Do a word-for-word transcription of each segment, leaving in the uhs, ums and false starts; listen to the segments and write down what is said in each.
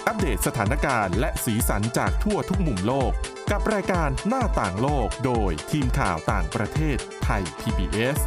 อัปเดตสถานการณ์และสีสันจากทั่วทุกมุมโลกกับรายการหน้าต่างโลกโดยทีมข่าวต่างประเทศไทย พี บี เอส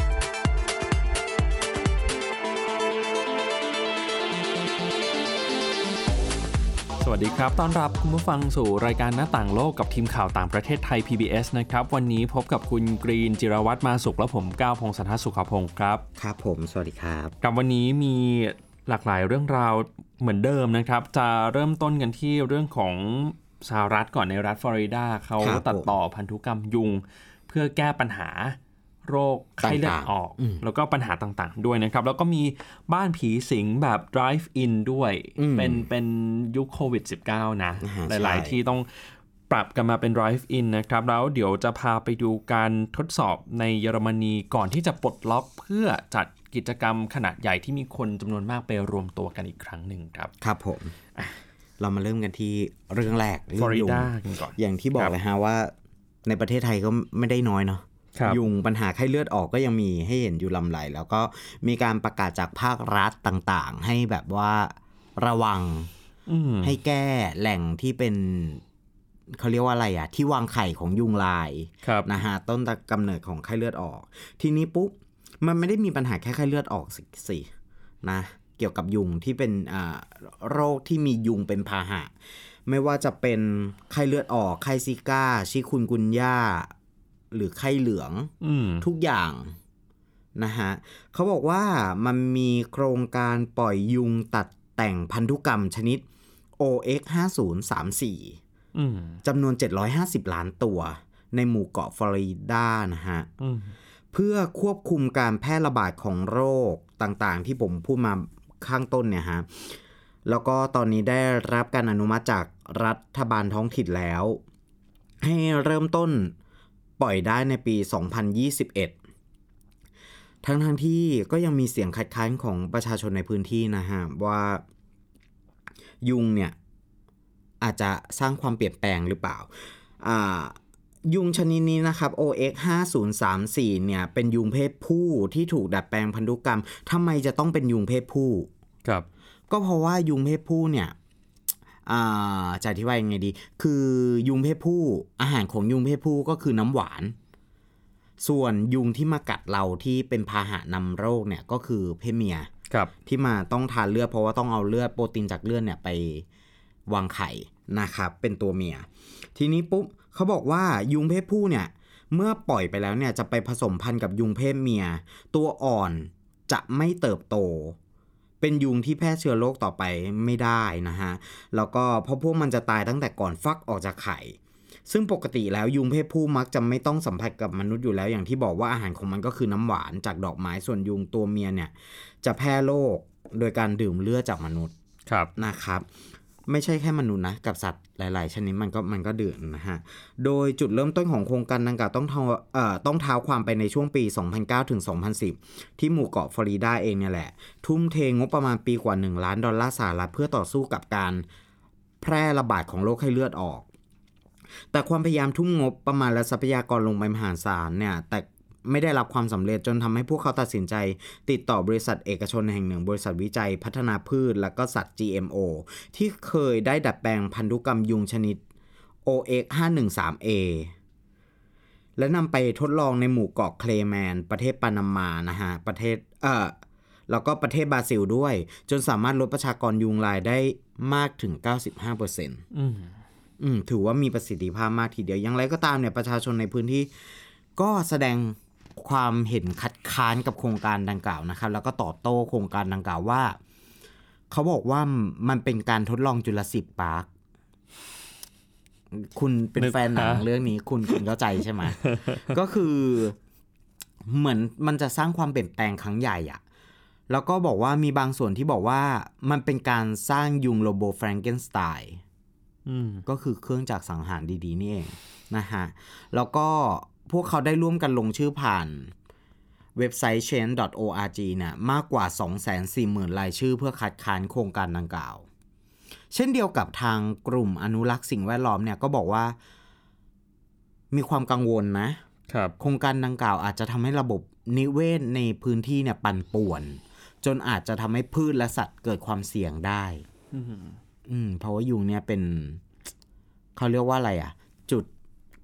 สวัสดีครับต้อนรับคุณผู้ฟังสู่รายการหน้าต่างโลกกับทีมข่าวต่างประเทศไทย พี บี เอส นะครับวันนี้พบกับคุณกรีนจิรวัฒน์มาสุขและผมก้าวพงศธรสุขพงศ์ครับครับผมสวัสดีครับกับวันนี้มีหลากหลายเรื่องราวเหมือนเดิมนะครับจะเริ่มต้นกันที่เรื่องของสหรัฐก่อนในรัฐฟลอริดาเขาตัดต่อพันธุกรรมยุงเพื่อแก้ปัญหาโรคไข้เลือดออกแล้วก็ปัญหาต่างๆด้วยนะครับแล้วก็มีบ้านผีสิงแบบ drive in ด้วยเป็นเป็นยุคโควิด สิบเก้า นะหลายๆที่ต้องปรับกันมาเป็น drive in นะครับแล้วเดี๋ยวจะพาไปดูการทดสอบในเยอรมนีก่อนที่จะปลดล็อกเพื่อจัดกิจกรรมขนาดใหญ่ที่มีคนจำนวนมากไปรวมตัวกันอีกครั้งหนึ่งครับครับผมเรามาเริ่มกันที่เรื่องแรกเรื่องยุงอย่างที่บอกเลยฮะว่าในประเทศไทยก็ไม่ได้น้อยเนาะยุงปัญหาไข้เลือดออกก็ยังมีให้เห็นอยู่ลำไหลแล้วก็มีการประกาศจากภาครัฐต่างๆให้แบบว่าระวังให้แก้แหล่งที่เป็นเขาเรียกว่าอะไรอ่ะที่วางไข่ของยุงลายนะฮะต้นกำเนิดของไข้เลือดออกทีนี้ปุ๊บมันไม่ได้มีปัญหาแค่ไข้เลือดออกสินะเกี่ยวกับยุงที่เป็นอ่าโรคที่มียุงเป็นพาหะไม่ว่าจะเป็นไข้เลือดออกไข้ซิก้าชิคุนกุนย่าหรือไข้เหลืองทุกอย่างนะฮะเขาบอกว่ามันมีโครงการปล่อยยุงตัดแต่งพันธุกรรมชนิด โอ เอ็กซ์ ห้าศูนย์สามสี่ จำนวนเจ็ดร้อยห้าสิบล้านตัวในหมู่เกาะฟลอริดานะฮะเพื่อควบคุมการแพร่ระบาดของโรคต่างๆที่ผมพูดมาข้างต้นเนี่ยฮะแล้วก็ตอนนี้ได้รับการอนุมัติจากรัฐบาลท้องถิ่นแล้วให้เริ่มต้นปล่อยได้ในปีสองพันยี่สิบเอ็ดทั้งทั้งที่ก็ยังมีเสียงคัดค้านของประชาชนในพื้นที่นะฮะว่ายุงเนี่ยอาจจะสร้างความเปลี่ยนแปลงหรือเปล่าอ่ายุงชนิดนี้นะครับ โอ เอ็กซ์ ห้าศูนย์สามสี่ เนี่ยเป็นยุงเพศผู้ที่ถูกดัดแปลงพันธุกรรมทำไมจะต้องเป็นยุงเพศผู้ครับก็เพราะว่ายุงเพศผู้เนี่ยอ่าจะอธิบายยังไงดีคือยุงเพศผู้อาหารของยุงเพศผู้ก็คือน้ำหวานส่วนยุงที่มากัดเราที่เป็นพาหะนำโรคเนี่ยก็คือเพศเมียที่มาต้องทานเลือดเพราะว่าต้องเอาเลือดโปรตีนจากเลือดเนี่ยไปวางไข่นะครับเป็นตัวเมียทีนี้ปุ๊บเขาบอกว่ายุงเพศผู้เนี่ยเมื่อปล่อยไปแล้วเนี่ยจะไปผสมพันธุ์กับยุงเพศเมียตัวอ่อนจะไม่เติบโตเป็นยุงที่แพร่เชื้อโรคต่อไปไม่ได้นะฮะแล้วก็เพราะพวกมันจะตายตั้งแต่ก่อนฟักออกจากไข่ซึ่งปกติแล้วยุงเพศผู้มักจะไม่ต้องสัมผัสกับมนุษย์อยู่แล้วอย่างที่บอกว่าอาหารของมันก็คือน้ำหวานจากดอกไม้ส่วนยุงตัวเมียเนี่ยจะแพร่โรคโดยการดื่มเลือดจากมนุษย์นะครับไม่ใช่แค่มนุษย์นะกับสัตว์หลายๆชนิดมันก็มันก็ดื่มนะฮะโดยจุดเริ่มต้นของโครงการดังกล่าวต้องเท้าเอ่อต้องเท้าความไปในช่วงปีสองพันเก้าถึงสองพันสิบที่หมู่เกาะฟลอริดาเองเนี่ยแหละทุ่มเทงบประมาณปีกว่าหนึ่งล้านดอลลาร์สหรัฐเพื่อต่อสู้กับการแพร่ระบาดของโรคไข้เลือดออกแต่ความพยายามทุ่มงบประมาณและทรัพยากรลงไปมหาศาลเนี่ยแต่ไม่ได้รับความสำเร็จจนทำให้พวกเขาตัดสินใจติดต่อบริษัทเอกชนแห่งหนึ่งบริษัทวิจัยพัฒนาพืชและก็สัตว์ จี เอ็ม โอ ที่เคยได้ดัดแปลงพันธุกรรมยุงชนิด โอ เอ็กซ์ ห้าหนึ่งสาม เอ และนำไปทดลองในหมู่เกาะเคลแมนประเทศปานามานะฮะประเทศเอ่อแล้วก็ประเทศบราซิลด้วยจนสามารถลดประชากรยุงลายได้มากถึง เก้าสิบห้าเปอร์เซ็นต์ อืมอืมถือว่ามีประสิทธิภาพมากทีเดียวอย่างไรก็ตามเนี่ยประชาชนในพื้นที่ก็แสดงความเห็นคัดค้านกับโครงการดังกล่าวนะครับแล้วก็ตอบโต้โครงการดังกล่าวว่าเขาบอกว่ามันเป็นการทดลองจุลศิษย์พาร์คคุณเป็นแฟนหนังเรื่องนี้คุณคุณเข้าใจใช่ไหม ก็คือเหมือนมันจะสร้างความเปลี่ยนแปลงครั้งใหญ่อะแล้วก็บอกว่ามีบางส่วนที่บอกว่ามันเป็นการสร้างยุงโรโบแฟรงเกนสไตน์ก็คือเครื่องจักรสังหารดีๆนี่เองนะฮะแล้วก็พวกเขาได้ร่วมกันลงชื่อผ่านเว็บไซต์ change ดอท โอ อาร์ จี เนี่ยมากกว่า สองแสนสี่หมื่น รายชื่อเพื่อคัดค้านโครงการดังกล่าวเช่นเดียวกับทางกลุ่มอนุรักษ์สิ่งแวดล้อมเนี่ยก็บอกว่ามีความกังวลนะครับโครงการดังกล่าวอาจจะทำให้ระบบนิเวศในพื้นที่เนี่ยปั่นป่วนจนอาจจะทำให้พืชและสัตว์เกิดความเสี่ยงได้อืมเพราะว่ายุงเนี่ยเป็นเขาเรียกว่าอะไรอ่ะจุด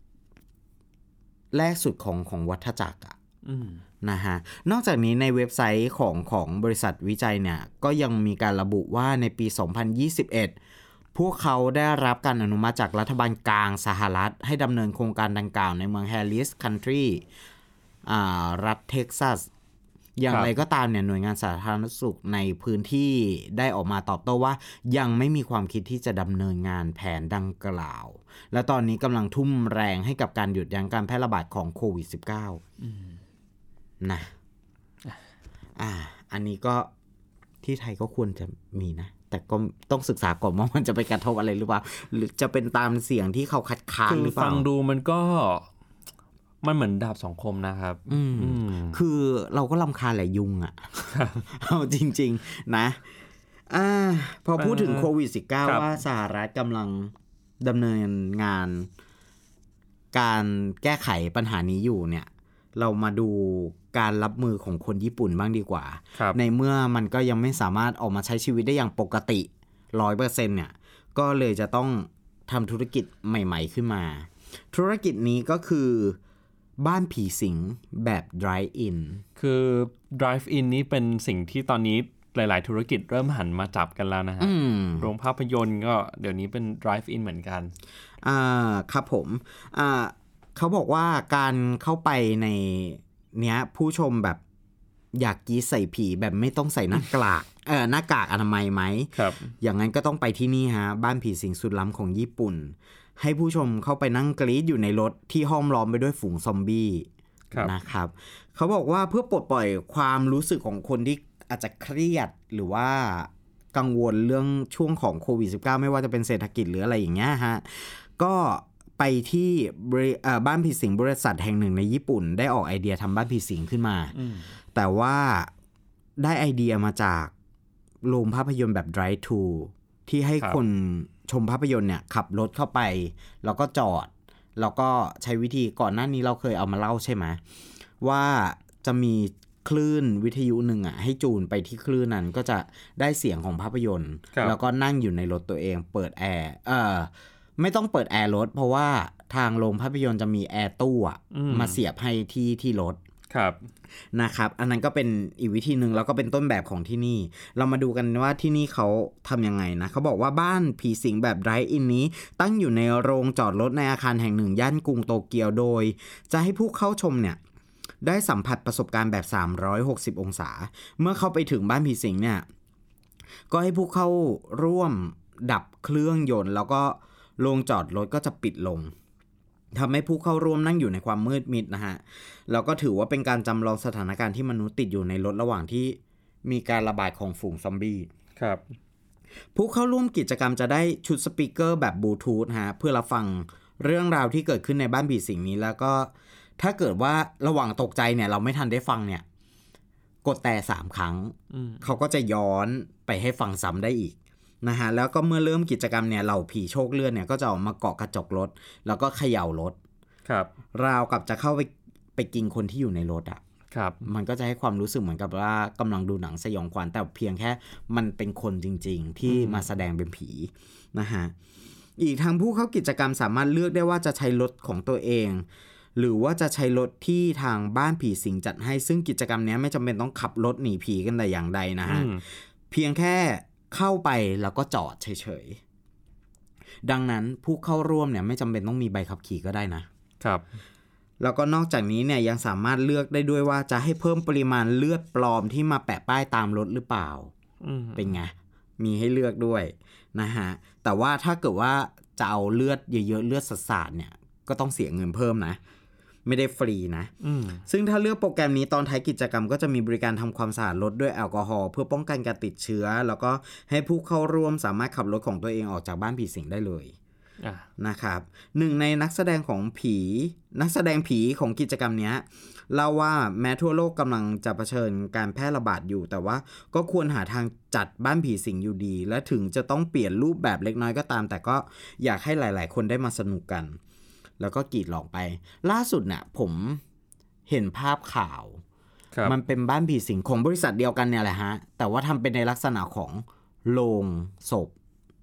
แรกสุดของของวัฏจักรอ่ะนะฮะนอกจากนี้ในเว็บไซต์ของของบริษัทวิจัยเนี่ยก็ยังมีการระบุว่าในปีสองพันยี่สิบเอ็ดพวกเขาได้รับการอนุมัติจากรัฐบาลกลางสหรัฐให้ดำเนินโครงการดังกล่าวในเมืองแฮร์ริสคันทรีอ่ารัฐเท็กซัสอย่างไรก็ตามเนี่ยหน่วยงานสาธารณสุขในพื้นที่ได้ออกมาตอบโต้ว่ายังไม่มีความคิดที่จะดำเนินงานแผนดังกล่าวและตอนนี้กำลังทุ่มแรงให้กับการหยุดยั้งการแพร่ระบาดของโควิด สิบเก้า นะอ่าอันนี้ก็ที่ไทยก็ควรจะมีนะแต่ก็ต้องศึกษาก่อนว่ามันจะไปกระทบอะไรหรือเปล่าหรือจะเป็นตามเสียงที่เขาคัดค้านหรือเปล่าฟังดูมันก็มันเหมือนดาบสองคมนะครับอืมคือเราก็รำคาญแหละยุงอ่ะเอาจริงๆนะอ่าพอพูดถึงโควิด สิบเก้า ว่าสหรัฐกำลังดำเนินงานการแก้ไขปัญหานี้อยู่เนี่ยเรามาดูการรับมือของคนญี่ปุ่นบ้างดีกว่าในเมื่อมันก็ยังไม่สามารถออกมาใช้ชีวิตได้อย่างปกติ ร้อยเปอร์เซ็นต์ เนี่ยก็เลยจะต้องทำธุรกิจใหม่ๆขึ้นมาธุรกิจนี้ก็คือบ้านผีสิงแบบ drive in คือ drive in นี้เป็นสิ่งที่ตอนนี้หลายๆธุรกิจเริ่มหันมาจับกันแล้วนะฮะโรงภาพยนตร์ก็เดี๋ยวนี้เป็น drive in เหมือนกันอ่าครับผมอ่าเขาบอกว่าการเข้าไปในเนี้ยผู้ชมแบบอยากกรี๊ดใส่ผีแบบไม่ต้องใส่หน้ากากเออหน้ากากอนามัยไหมครับอย่างนั้นก็ต้องไปที่นี่ฮะบ้านผีสิงสุดล้ำของญี่ปุ่นให้ผู้ชมเข้าไปนั่งกรี๊ดอยู่ในรถที่ห้อมล้อมไปด้วยฝูงซอมบี้นะครับเขาบอกว่าเพื่อปลดปล่อยความรู้สึกของคนที่อาจจะเครียดหรือว่ากังวลเรื่องช่วงของโควิด สิบเก้า ไม่ว่าจะเป็นเศรษฐกิจหรืออะไรอย่างเงี้ยฮะก็ไปที่บ้านผีสิงบริษัทแห่งหนึ่งในญี่ปุ่นได้ออกไอเดียทำบ้านผีสิงขึ้นมาแต่ว่าได้ไอเดียมาจากโรงภาพยนตร์แบบ drive thru ที่ให้คนชมภาพยนตร์เนี่ยขับรถเข้าไปแล้วก็จอดแล้วก็ใช้วิธีก่อนหน้านี้เราเคยเอามาเล่าใช่ไหมว่าจะมีคลื่นวิทยุหนึ่งอ่ะให้จูนไปที่คลื่นนั้นก็จะได้เสียงของภาพยนตร์แล้วก็นั่งอยู่ในรถตัวเองเปิดแอร์เออไม่ต้องเปิดแอร์รถเพราะว่าทางโรงภาพยนตร์จะมีแอร์ตู้อ่ะมาเสียบให้ที่ที่รถครับนะครับอันนั้นก็เป็นอีกวิธีนึงแล้วก็เป็นต้นแบบของที่นี่เรามาดูกันว่าที่นี่เขาทำยังไงนะเขาบอกว่าบ้านผีสิงแบบ drive in นี้ตั้งอยู่ในโรงจอดรถในอาคารแห่งหนึ่งย่านกรุงโตเกียวโดยจะให้ผู้เข้าชมเนี่ยได้สัมผัสประสบการณ์แบบสามร้อยหกสิบองศาเมื่อเข้าไปถึงบ้านผีสิงเนี่ยก็ให้ผู้เข้าร่วมดับเครื่องยนต์แล้วก็โรงจอดรถก็จะปิดลงทำให้ผู้เข้าร่วมนั่งอยู่ในความมืดมิดนะฮะแล้วก็ถือว่าเป็นการจำลองสถานการณ์ที่มนุษย์ติดอยู่ในรถระหว่างที่มีการระบาดของฝูงซอมบี้ครับผู้เข้าร่วมกิจกรรมจะได้ชุดสปีกเกอร์แบบบลูทูธฮะเพื่อรับฟังเรื่องราวที่เกิดขึ้นในบ้านผีสิงนี้แล้วก็ถ้าเกิดว่าระหว่างตกใจเนี่ยเราไม่ทันได้ฟังเนี่ยกดแต่สามครั้งเขาก็จะย้อนไปให้ฟังซ้ำได้อีกนะฮะแล้วก็เมื่อเริ่มกิจกรรมเนี่ยเหล่าผีโชคเลือดเนี่ยก็จะออกมาเกาะกระจกรถแล้วก็เขย่ารถครับราวกับจะเข้าไปไปกินคนที่อยู่ในรถอ่ะครับมันก็จะให้ความรู้สึกเหมือนกับว่ากำลังดูหนังสยองขวัญแต่เพียงแค่มันเป็นคนจริงๆที่มาแสดงเป็นผีนะฮะอีกทางผู้เข้ากิจกรรมสามารถเลือกได้ว่าจะใช้รถของตัวเองหรือว่าจะใช้รถที่ทางบ้านผีสิงจัดให้ซึ่งกิจกรรมนี้ไม่จำเป็นต้องขับรถหนีผีกันแต่อย่างใดนะฮะเพียงแค่เข้าไปแล้วก็จอดเฉยๆดังนั้นผู้เข้าร่วมเนี่ยไม่จำเป็นต้องมีใบขับขี่ก็ได้นะครับแล้วก็นอกจากนี้เนี่ยยังสามารถเลือกได้ด้วยว่าจะให้เพิ่มปริมาณเลือดปลอมที่มาแปะป้ายตามรถหรือเปล่าเป็นไงมีให้เลือกด้วยนะฮะแต่ว่าถ้าเกิดว่าจะเอาเลือดเยอะๆเลือดสาดๆเนี่ยก็ต้องเสียเงินเพิ่มนะไม่ได้ฟรีนะซึ่งถ้าเลือกโปรแกรมนี้ตอนท้ายกิจกรรมก็จะมีบริการทำความสะอาดรถด้วยแอลกอฮอล์เพื่อป้องกันการติดเชื้อแล้วก็ให้ผู้เข้าร่วมสามารถขับรถของตัวเองออกจากบ้านผีสิงได้เลยนะครับหนึ่งในนักแสดงของผีนักแสดงผีของกิจกรรมนี้เล่าว่าแม้ทั่วโลกกำลังจะเผชิญการแพร่ระบาดอยู่แต่ว่าก็ควรหาทางจัดบ้านผีสิงอยู่ดีและถึงจะต้องเปลี่ยนรูปแบบเล็กน้อยก็ตามแต่ก็อยากให้หลายๆคนได้มาสนุกกันแล้วก็กรีดร้องไปล่าสุดเนี่ยผมเห็นภาพข่าวมันเป็นบ้านผีสิงของบริษัทเดียวกันเนี่ยแหละฮะแต่ว่าทำเป็นในลักษณะของโรงศพ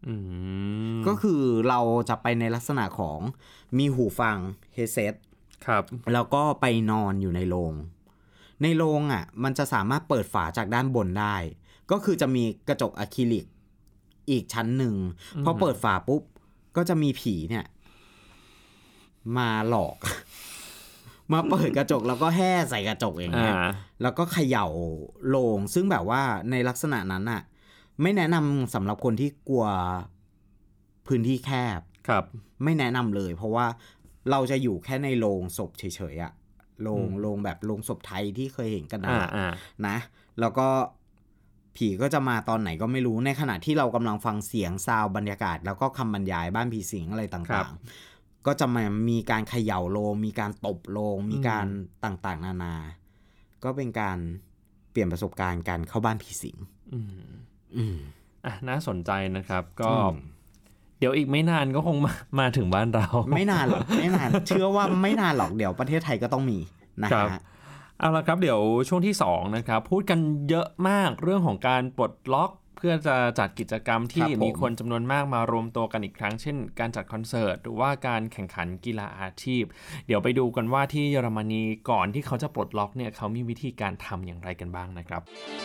ก็คือเราจะไปในลักษณะของมีหูฟัง headset ครับแล้วก็ไปนอนอยู่ในโรงในโรงอ่ะมันจะสามารถเปิดฝาจากด้านบนได้ก็คือจะมีกระจกอะคริลิกอีกชั้นหนึ่งพอเปิดฝาปุ๊บก็จะมีผีเนี่ยมาหลอก มาเปิดกระจกแล้วก็แห่ใส่กระจกอย่างเงี้ยแล้วก็เขย่าโลงซึ่งแบบว่าในลักษณะนั้นน่ะไม่แนะนำสำหรับคนที่กลัวพื้นที่แคบครับไม่แนะนำเลยเพราะว่าเราจะอยู่แค่ในโรงศพเฉยๆอะโรงโรงแบบโรงศพไทยที่เคยเห็นกันนะนะแล้วก็ผีก็จะมาตอนไหนก็ไม่รู้ในขณะที่เรากำลังฟังเสียงซาวบรรยากาศแล้วก็คำบรรยายบ้านผีสิงอะไรต่างๆก็จะมามีการเขย่าโลงมีการตบโลงมีการต่างๆนานาก็เป็นการเปลี่ยนประสบการณ์การเข้าบ้านผีสิงอืมอืมอ่ะน่าสนใจนะครับก็เดี๋ยวอีกไม่นานก็คงมามาถึงบ้านเราไม่นานหรอกไม่นานเชื่อว่าไม่นานหรอกเดี๋ยวประเทศไทยก็ต้องมีนะฮะเอาละครับเดี๋ยวช่วงที่สองนะครับพูดกันเยอะมากเรื่องของการปลดล็อกเพื่อจะจัดกิจกรรมที่มีคนจำนวนมากมารวมตัวกันอีกครั้งเช่นการจัดคอนเสิร์ตหรือว่าการแข่งขันกีฬาอาชีพเดี๋ยวไปดูกันว่าที่เยอรมนีก่อนที่เขาจะปลดล็อกเนี่ยเขามีวิธีการทำอย่างไรกันบ้างนะครับ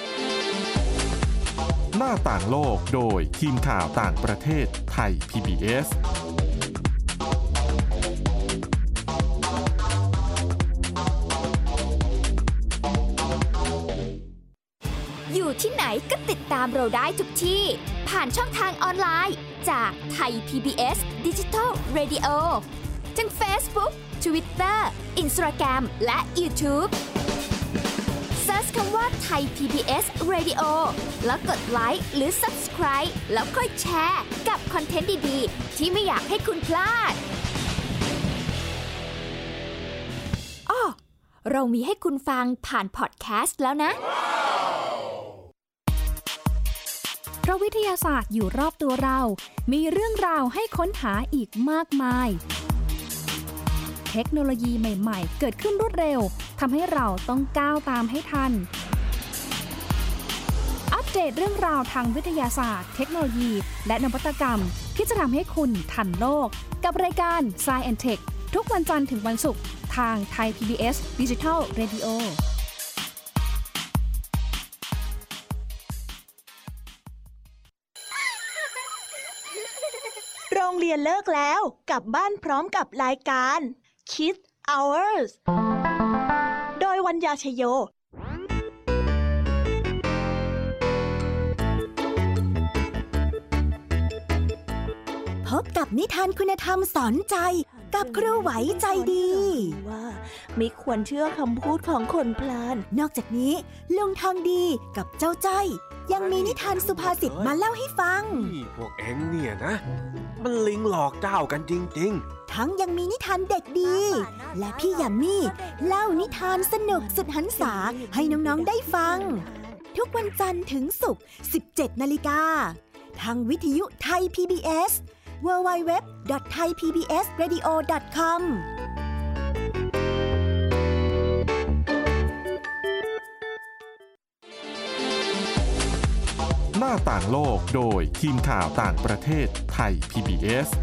หน้าต่างโลกโดยทีมข่าวต่างประเทศไทย พี บี เอสอยู่ที่ไหนก็ติดตามเราได้ทุกที่ผ่านช่องทางออนไลน์จากไทย พี บี เอส Digital Radio ทั้ง Facebook, Twitter, Instagram และ YouTubeเซิร์ชคำว่าไทย พี บี เอส Radio แล้วกดไลค์หรือ Subscribe แล้วค่อยแชร์กับคอนเทนต์ดีๆที่ไม่อยากให้คุณพลาดอ้อเรามีให้คุณฟังผ่านพอดแคสต์แล้วนะเพราะวิทยาศาสตร์อยู่รอบตัวเรามีเรื่องราวให้ค้นหาอีกมากมายเทคโนโลยีใหม่ๆเกิดขึ้นรวดเร็วทำให้เราต้องก้าวตามให้ทันอัปเดตเรื่องราวทางวิทยาศาสตร์เทคโนโลยีและนวัตกรรมที่จะทำให้คุณทันโลกกับรายการ Science แอนด์ Tech ทุกวันจันทร์ถึงวันศุกร์ทางไทย พี บี เอส Digital Radio โรงเรียนเลิกแล้วกลับบ้านพร้อมกับรายการ Kids Hours โดยวัญญาชโยพบกับนิทานคุณธรรมสอนใจกับครูไหวใจดีว่าไม่ควรเชื่อคำพูดของคนพลานนอกจากนี้ลุงทองดีกับเจ้าจ้อยยังมีนิทานสุภาษิตมาเล่าให้ฟังพวกเอ็งเนี่ยนะมันลิงหลอกเจ้ากันจริงๆทั้งยังมีนิทานเด็กดีและพี่ยามีเล่านิทานสนุกสุดหรรษาให้น้องๆได้ฟังทุกวันจันทร์ถึงศุกร์ สิบเจ็ดนาฬิกาทางวิทยุไทย พี บี เอส ดับเบิลยู ดับเบิลยู ดับเบิลยู ดอท ไทย พี บี เอส เรดิโอ ดอท คอมหน้าต่างโลกโดยทีมข่าวต่างประเทศไทย พี บี เอส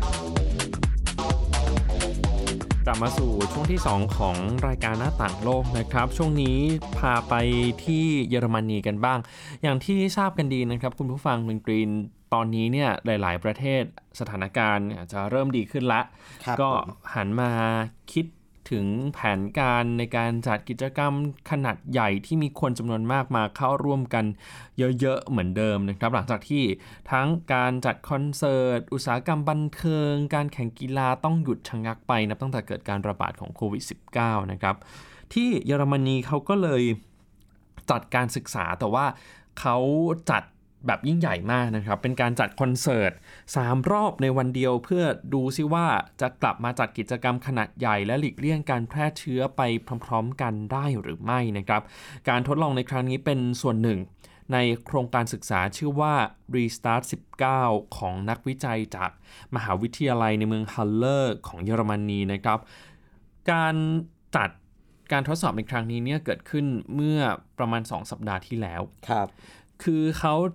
กลับมาสู่ช่วงที่สองของรายการหน้าต่างโลกนะครับช่วงนี้พาไปที่เยอรมนีกันบ้างอย่างที่ทราบกันดีนะครับคุณผู้ฟังคุณกรีนตอนนี้เนี่ยหลายๆประเทศสถานการณ์จะเริ่มดีขึ้นละก็หันมาคิดถึงแผนการในการจัดกิจกรรมขนาดใหญ่ที่มีคนจำนวนมากมาเข้าร่วมกันเยอะๆเหมือนเดิมนะครับหลังจากที่ทั้งการจัดคอนเสิร์ตอุตสาหกรรมบันเทิงการแข่งกีฬาต้องหยุดชะงักไปนับตั้งแต่เกิดการระบาดของโควิด สิบเก้า นะครับที่เยอรมนีเขาก็เลยจัดการศึกษาแต่ว่าเขาจัดแบบยิ่งใหญ่มากนะครับเป็นการจัดคอนเสิร์ตสามรอบในวันเดียวเพื่อดูซิว่าจะกลับมาจัดกิจกรรมขนาดใหญ่และหลีกเลี่ยงการแพร่เชื้อไปพร้อมๆกันได้หรือไม่นะครับการทดลองในครั้งนี้เป็นส่วนหนึ่งในโครงการศึกษาชื่อว่า Restart สิบเก้า ของนักวิจัยจากมหาวิทยาลัยในเมืองฮัลเลอร์ของเยอรมนีนะครับการจัดการทดสอบในครั้งนี้เนี่ยเกิดขึ้นเมื่อประมาณสองสัปดาห์ที่แล้วครับคือเขาจะ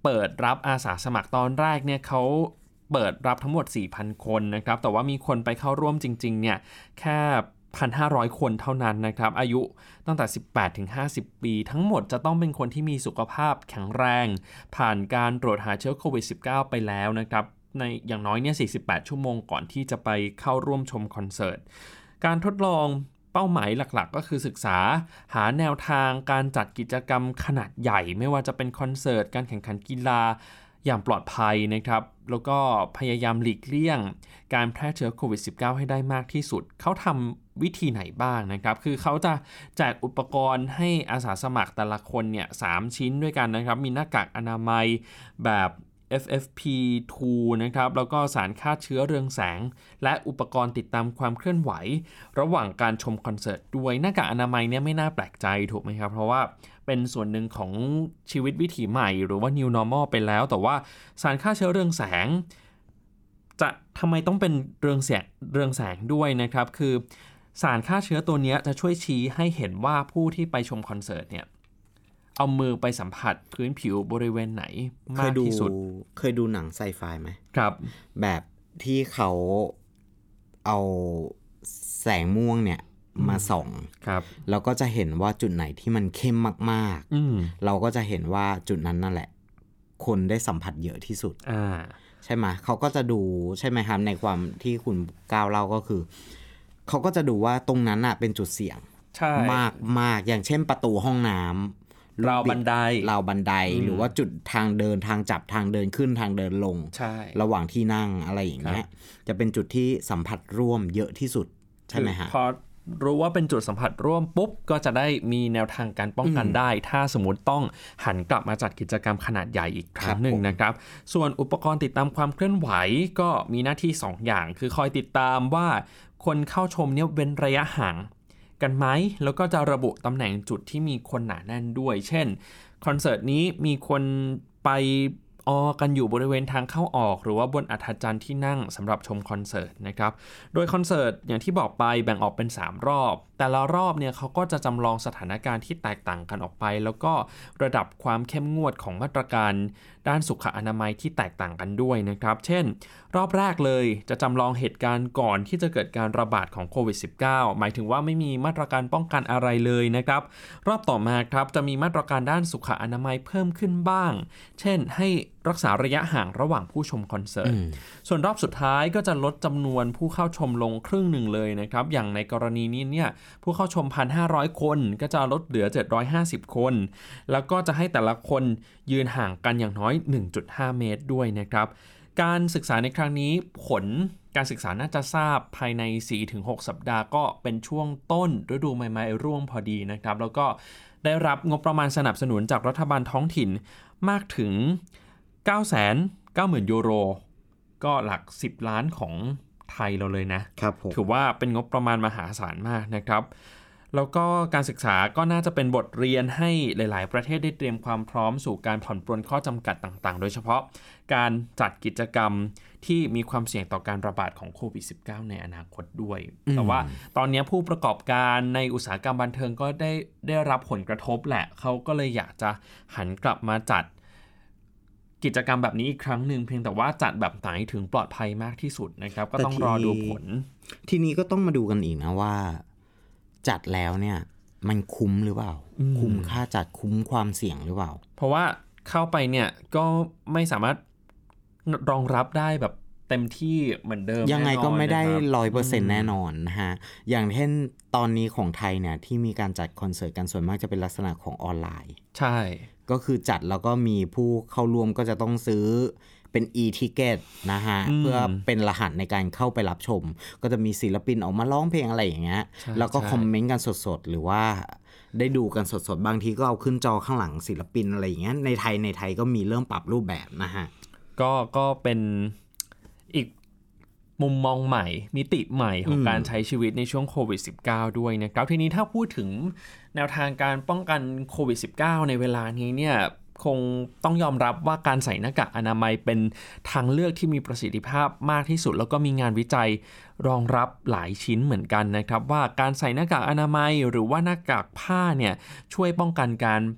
เปิดรับอาสาสมัครตอนแรกเนี่ยเขาเปิดรับทั้งหมด สี่พัน คนนะครับแต่ว่ามีคนไปเข้าร่วมจริงๆเนี่ยแค่หนึ่งพันห้าร้อย คนเท่านั้นนะครับอายุตั้งแต่ สิบแปดถึงห้าสิบ ปีทั้งหมดจะต้องเป็นคนที่มีสุขภาพแข็งแรงผ่านการตรวจหาเชื้อโควิด สิบเก้า ไปแล้วนะครับในอย่างน้อยเนี่ยสี่สิบแปดชั่วโมงก่อนที่จะไปเข้าร่วมชมคอนเสิร์ตการทดลองเป้าหมายหลักๆก็คือศึกษาหาแนวทางการจัดกิจกรรมขนาดใหญ่ไม่ว่าจะเป็นคอนเสิร์ตการแข่งขันกีฬาอย่างปลอดภัยนะครับแล้วก็พยายามหลีกเลี่ยงการแพร่เชื้อโควิด สิบเก้า ให้ได้มากที่สุดเขาทำวิธีไหนบ้างนะครับคือเขาจะแจกอุปกรณ์ให้อาสาสมัครแต่ละคนเนี่ยสามชิ้นด้วยกันนะครับมีหน้ากากอนามัยแบบ เอฟ เอฟ พี ทู นะครับแล้วก็สารฆ่าเชื้อเรืองแสงและอุปกรณ์ติดตามความเคลื่อนไหวระหว่างการชมคอนเสิร์ตด้วยหน้ากากอนามัยเนี่ยไม่น่าแปลกใจถูกไหมครับเพราะว่าเป็นส่วนหนึ่งของชีวิตวิถีใหม่หรือว่า New Normal ไปแล้วแต่ว่าสารฆ่าเชื้อเรืองแสงจะทำไมต้องเป็นเรืองแสงเรืองแสงด้วยนะครับคือสารฆ่าเชื้อตัวนี้จะช่วยชี้ให้เห็นว่าผู้ที่ไปชมคอนเสิร์ตเนี่ยเอามือไปสัมผัสพื้นผิวบริเวณไหนมากที่สุดเคยดูหนังไซไฟไหมครับแบบที่เขาเอาแสงม่วงเนี่ยมาส่องครับแล้วก็จะเห็นว่าจุดไหนที่มันเข้มมากๆเราก็จะเห็นว่าจุดนั้นนั่นแหละคนได้สัมผัสเยอะที่สุดใช่ไหมเขาก็จะดูใช่ไหมครับในความที่คุณก้าวเล่าก็คือเขาก็จะดูว่าตรงนั้นน่ะเป็นจุดเสี่ยงมากมากอย่างเช่นประตูห้องน้ำราวบันไดราวบันไดหรือว่าจุดทางเดินทางจับทางเดินขึ้นทางเดินลงระหว่างที่นั่งอะไรอย่างเงี้ยจะเป็นจุดที่สัมผัสร่วมเยอะที่สุดใช่ไหมฮะพอรู้ว่าเป็นจุดสัมผัสร่วมปุ๊บก็จะได้มีแนวทางการป้องกันได้ถ้าสมมติต้องหันกลับมาจัดกิจกรรมขนาดใหญ่อีกครั้งหนึ่งนะครับส่วนอุปกรณ์ติดตามความเคลื่อนไหวก็มีหน้าที่สองอย่างคือคอยติดตามว่าคนเข้าชมเนี่ยเว้นระยะห่างกันไหมแล้วก็จะระบุตำแหน่งจุดที่มีคนหนาแน่นด้วยเช่นคอนเสิร์ตนี้มีคนไปออกันอยู่บริเวณทางเข้าออกหรือว่าบนอัฐจันทร์ที่นั่งสำหรับชมคอนเสิร์ตนะครับโดยคอนเสิร์ตอย่างที่บอกไปแบ่งออกเป็นสามรอบแต่ละรอบเนี่ยเขาก็จะจำลองสถานการณ์ที่แตกต่างกันออกไปแล้วก็ระดับความเข้มงวดของมาตรการด้านสุขอนามัยที่แตกต่างกันด้วยนะครับเช่นรอบแรกเลยจะจำลองเหตุการณ์ก่อนที่จะเกิดการระบาดของโควิด สิบเก้า หมายถึงว่าไม่มีมาตรการป้องกันอะไรเลยนะครับรอบต่อมาครับจะมีมาตรการด้านสุขอนามัยเพิ่มขึ้นบ้างเช่นให้รักษาระยะห่างระหว่างผู้ชมคอนเสิร์ตส่วนรอบสุดท้ายก็จะลดจำนวนผู้เข้าชมลงครึ่งหนึ่งเลยนะครับอย่างในกรณีนี้เนี่ยผู้เข้าชม หนึ่งพันห้าร้อย คนก็จะลดเหลือเจ็ดร้อยห้าสิบคนแล้วก็จะให้แต่ละคนยืนห่างกันอย่างน้อย หนึ่งจุดห้า เมตรด้วยนะครับการศึกษาในครั้งนี้ผลการศึกษาน่าจะทราบภายใน สี่ถึงหก สัปดาห์ก็เป็นช่วงต้นฤดูใบไม้ร่วงพอดีนะครับแล้วก็ได้รับงบประมาณสนับสนุนจากรัฐบาลท้องถิ่นมากถึง เก้าแสนเก้าหมื่น ยูโรก็หลักสิบล้านของไทยเราเลยนะครับถือว่าเป็นงบประมาณมหาศาลมากนะครับแล้วก็การศึกษาก็น่าจะเป็นบทเรียนให้หลายๆประเทศได้เตรียมความพร้อมสู่การผ่อนปรนข้อจำกัดต่างๆโดยเฉพาะการจัดกิจกรรมที่มีความเสี่ยงต่อการระบาดของโควิด สิบเก้า ในอนาคตด้วยแต่ว่าตอนนี้ผู้ประกอบการในอุตสาหกรรมบันเทิงก็ได้ได้รับผลกระทบแหละเขาก็เลยอยากจะหันกลับมาจัดกิจกรรมแบบนี้อีกครั้งหนึ่งเพียงแต่ว่าจัดแบบไหนถึงปลอดภัยมากที่สุดนะครับก็ต้องรอดูผลทีนี้ก็ต้องมาดูกันอีกนะว่าจัดแล้วเนี่ยมันคุ้มหรือเปล่าคุ้มค่าจัดคุ้มความเสี่ยงหรือเปล่าเพราะว่าเข้าไปเนี่ยก็ไม่สามารถรองรับได้แบบเต็มที่เหมือนเดิมยังไงก็ไม่ได้ ร้อยเปอร์เซ็นต์ แน่นอนนะฮะอย่างเช่นตอนนี้ของไทยเนี่ยที่มีการจัดคอนเสิร์ตกันส่วนมากจะเป็นลักษณะของออนไลน์ใช่ก็คือจัดแล้วก็มีผู้เข้าร่วมก็จะต้องซื้อเป็น e-ticket นะฮะเพื่อเป็นรหัสในการเข้าไปรับชมก็จะมีศิลปินออกมาร้องเพลงอะไรอย่างเงี้ยแล้วก็คอมเมนต์กันสดๆหรือว่าได้ดูกันสดๆบางทีก็เอาขึ้นจอข้างหลังศิลปินอะไรอย่างเงี้ยในไทยในไทยก็มีเริ่มปรับรูปแบบนะฮะก็ก็เป็นอีกมุมมองใหม่มิติใหม่ของการใช้ชีวิตในช่วงโควิด สิบเก้า ด้วยนะครับทีนี้ถ้าพูดถึงแนวทางการป้องกันโควิด สิบเก้า ในเวลานี้เนี่ยคงต้องยอมรับว่าการใส่หน้ากากอนามัยเป็นทางเลือกที่มีประสิทธิภาพมากที่สุดแล้วก็มีงานวิจัยรองรับหลายชิ้นเหมือนกันนะครับว่าการใส่หน้ากากอนามัยหรือว่าหน้ากากผ้าเนี่ยช่วยป้องกันการแพ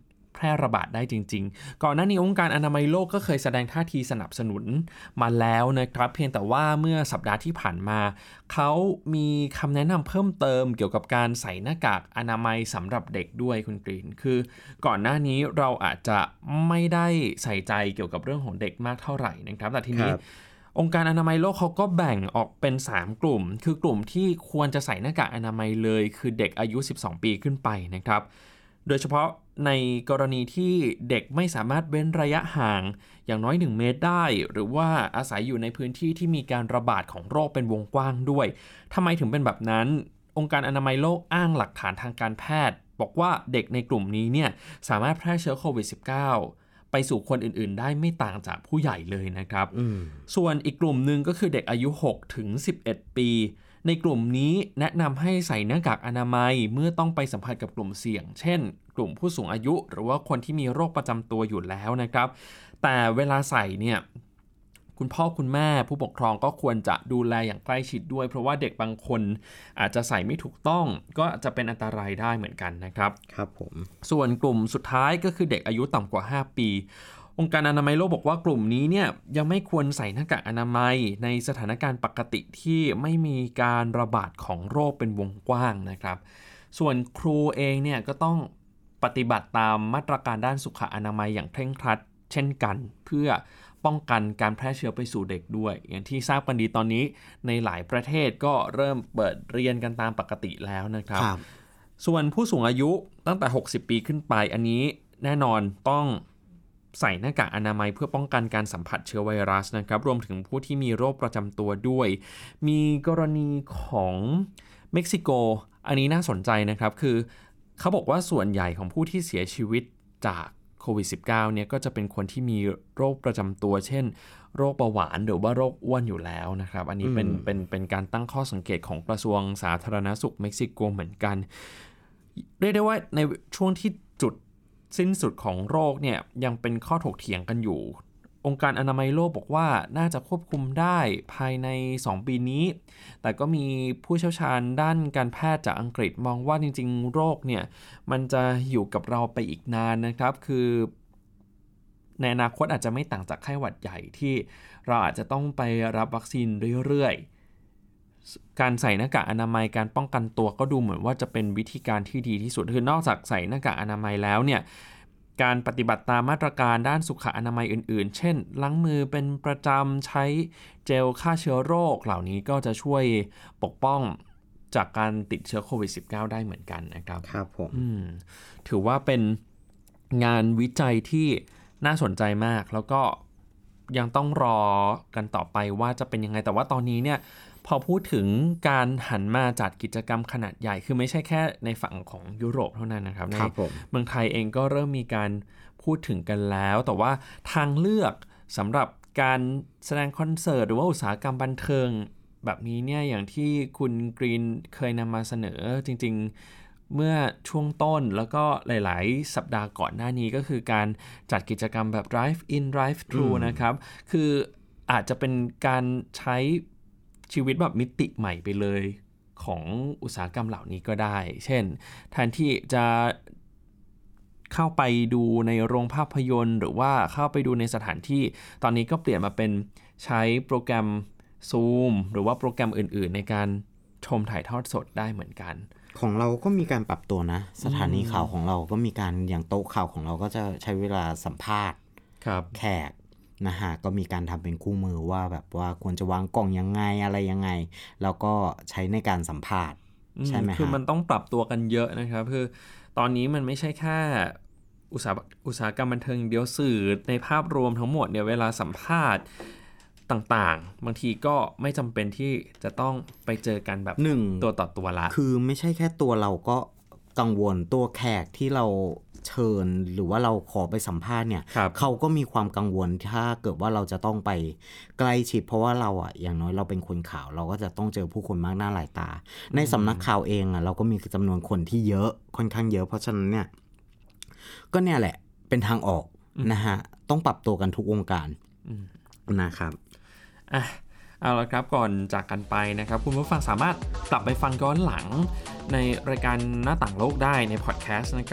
ร่ระบาดได้จริงๆก่อนหน้านี้องค์การอนามัยโลกก็เคยแสดงท่าทีสนับสนุนมาแล้วนะครับเพียงแต่ว่าเมื่อสัปดาห์ที่ผ่านมาเขามีคำแนะนำเพิ่มเติมเกี่ยวกับการใส่หน้ากากอนามัยสำหรับเด็กด้วยคุณกรีนคือก่อนหน้านี้เราอาจจะไม่ได้ใส่ใจเกี่ยวกับเรื่องของเด็กมากเท่าไหร่นะครับแต่ทีนี้องค์การอนามัยโลกเขาก็แบ่งออกเป็นสามกลุ่มคือกลุ่มที่ควรจะใส่หน้ากากอนามัยเลยคือเด็กอายุสิบสองปีขึ้นไปนะครับโดยเฉพาะในกรณีที่เด็กไม่สามารถเว้นระยะห่างอย่างน้อยหนึ่งเมตรได้หรือว่าอาศัยอยู่ในพื้นที่ที่มีการระบาดของโรคเป็นวงกว้างด้วยทำไมถึงเป็นแบบนั้นองค์การอนามัยโลกอ้างหลักฐานทางการแพทย์บอกว่าเด็กในกลุ่มนี้เนี่ยสามารถแพร่เชื้อโควิด สิบเก้า ไปสู่คนอื่นๆได้ไม่ต่างจากผู้ใหญ่เลยนะครับส่วนอีกกลุ่มหนึ่งก็คือเด็กอายุหกถึงสิบเอ็ดปีในกลุ่มนี้แนะนำให้ใส่หน้ากากอนามัยเมื่อต้องไปสัมผัสกับกลุ่มเสี่ยงเช่นกลุ่มผู้สูงอายุหรือว่าคนที่มีโรคประจำตัวอยู่แล้วนะครับแต่เวลาใส่เนี่ยคุณพ่อคุณแม่ผู้ปกครองก็ควรจะดูแลอย่างใกล้ชิดด้วยเพราะว่าเด็กบางคนอาจจะใส่ไม่ถูกต้องก็จะเป็นอันตรายได้เหมือนกันนะครับครับผมส่วนกลุ่มสุดท้ายก็คือเด็กอายุต่ำกว่าห้าปีองค์การอนามัยโลกบอกว่ากลุ่มนี้เนี่ยยังไม่ควรใส่หน้ากากอนามัยในสถานการณ์ปกติที่ไม่มีการระบาดของโรคเป็นวงกว้างนะครับส่วนครูเองเนี่ยก็ต้องปฏิบัติตามมาตรการด้านสุขอนามัยอย่างเคร่งครัดเช่นกันเพื่อป้องกันการแพร่เชื้อไปสู่เด็กด้วยอย่างที่ทราบกันดีตอนนี้ในหลายประเทศก็เริ่มเปิดเรียนกันตามปกติแล้วนะครับส่วนผู้สูงอายุตั้งแต่หกสิบปีขึ้นไปอันนี้แน่นอนต้องใส่หน้ากากอนามัยเพื่อป้องกันการสัมผัสเชื้อไวรัสนะครับรวมถึงผู้ที่มีโรคประจำตัวด้วยมีกรณีของเม็กซิโกอันนี้น่าสนใจนะครับคือเขาบอกว่าส่วนใหญ่ของผู้ที่เสียชีวิตจากโควิด สิบเก้า เนี่ยก็จะเป็นคนที่มีโรคประจำตัวเช่นโรคเบาหวานหรือว่าโรคอ้วนอยู่แล้วนะครับอันนี้เป็นเป็นเป็นการตั้งข้อสังเกตของกระทรวงสาธารณสุขเม็กซิโกเหมือนกันเรียกได้ว่าในช่วงที่จุดสิ้นสุดของโรคเนี่ยยังเป็นข้อถกเถียงกันอยู่องค์การอนามัยโลกบอกว่าน่าจะควบคุมได้ภายในสองปีนี้แต่ก็มีผู้เชี่ยวชาญด้านการแพทย์จากอังกฤษมองว่าจริงๆโรคเนี่ยมันจะอยู่กับเราไปอีกนานนะครับคือในอนาคตอาจจะไม่ต่างจากไข้หวัดใหญ่ที่เราอาจจะต้องไปรับวัคซีนเรื่อยๆการใส่หน้ากากอนามัยการป้องกันตัวก็ดูเหมือนว่าจะเป็นวิธีการที่ดีที่สุดคือนอกจากใส่หน้ากากอนามัยแล้วเนี่ยการปฏิบัติตามมาตรการด้านสุขอนามัยอื่นๆเช่นล้างมือเป็นประจำใช้เจลฆ่าเชื้อโรคเหล่านี้ก็จะช่วยปกป้องจากการติดเชื้อโควิด สิบเก้า ได้เหมือนกันนะครับครับผมถือว่าเป็นงานวิจัยที่น่าสนใจมากแล้วก็ยังต้องรอกันต่อไปว่าจะเป็นยังไงแต่ว่าตอนนี้เนี่ยพอพูดถึงการหันมาจัดกิจกรรมขนาดใหญ่คือไม่ใช่แค่ในฝั่งของยุโรปเท่านั้นนะครับในเมืองไทยเองก็เริ่มมีการพูดถึงกันแล้วแต่ว่าทางเลือกสำหรับการแสดงคอนเสิร์ตหรือว่าอุตสาหกรรมบันเทิงแบบนี้เนี่ยอย่างที่คุณกรีนเคยนำมาเสนอจริงๆเมื่อช่วงต้นแล้วก็หลายๆสัปดาห์ก่อนหน้านี้ก็คือการจัดกิจกรรมแบบ drive in drive thru นะครับคืออาจจะเป็นการใช้ชีวิตแบบมิติใหม่ไปเลยของอุตสาหกรรมเหล่านี้ก็ได้เช่นแทนที่จะเข้าไปดูในโรงภาพยนตร์หรือว่าเข้าไปดูในสถานที่ตอนนี้ก็เปลี่ยนมาเป็นใช้โปรแกรม Zoom หรือว่าโปรแกรมอื่นๆในการชมถ่ายทอดสดได้เหมือนกันของเราก็มีการปรับตัวนะสถานีข่าวของเราก็มีการอย่างโต๊ะข่าวของเราก็จะใช้เวลาสัมภาษณ์แขกนะฮะก็มีการทำเป็นคู่มือว่าแบบว่าควรจะวางกล่องยังไงอะไรยังไงแล้วก็ใช้ในการสัมภาษณ์ใช่ไหมคือมันต้องปรับตัวกันเยอะนะครับคือตอนนี้มันไม่ใช่แค่อุตสาหอุตสาหกรรมบันเทิงเดียวสื่อในภาพรวมทั้งหมดเนี่ยเวลาสัมภาษณ์ต่างๆบางทีก็ไม่จำเป็นที่จะต้องไปเจอกันแบบหนึ่งตัวต่อตัวละคือไม่ใช่แค่ตัวเราก็กังวลตัวแขกที่เราเชิญหรือว่าเราขอไปสัมภาษณ์เนี่ยเขาก็มีความกังวลถ้าเกิดว่าเราจะต้องไปใกล้ชิดเพราะว่าเราอ่ะอย่างน้อยเราเป็นคนข่าวเราก็จะต้องเจอผู้คนมากหน้าหลายตาในสำนักข่าวเองอ่ะเราก็มีจำนวนคนที่เยอะค่อนข้างเยอะเพราะฉะนั้นเนี่ยก็เนี่ยแหละเป็นทางออกนะฮะต้องปรับตัวกันทุกวงการนะครับอ่ะเอาละครับก่อนจากกันไปนะครับคุณผู้ฟังสามารถกลับไปฟังย้อนหลังในรายการหน้าต่างโลกได้ในพอดแคสต์นะครับค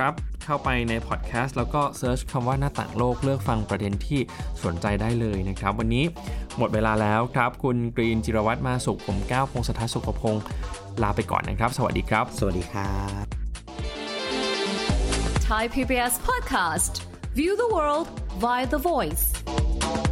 เข้าไปในพอดแคสต์แล้วก็เซิร์ชคำว่าหน้าต่างโลกเลือกฟังประเด็นที่สนใจได้เลยนะครับวันนี้หมดเวลาแล้วครับคุณกรีนจิรวัตรมาสุขผมก้าวพงศธรสุขพงศ์ลาไปก่อนนะครับสวัสดีครับสวัสดีครับ Thai พี บี เอส Podcast View the world via the voice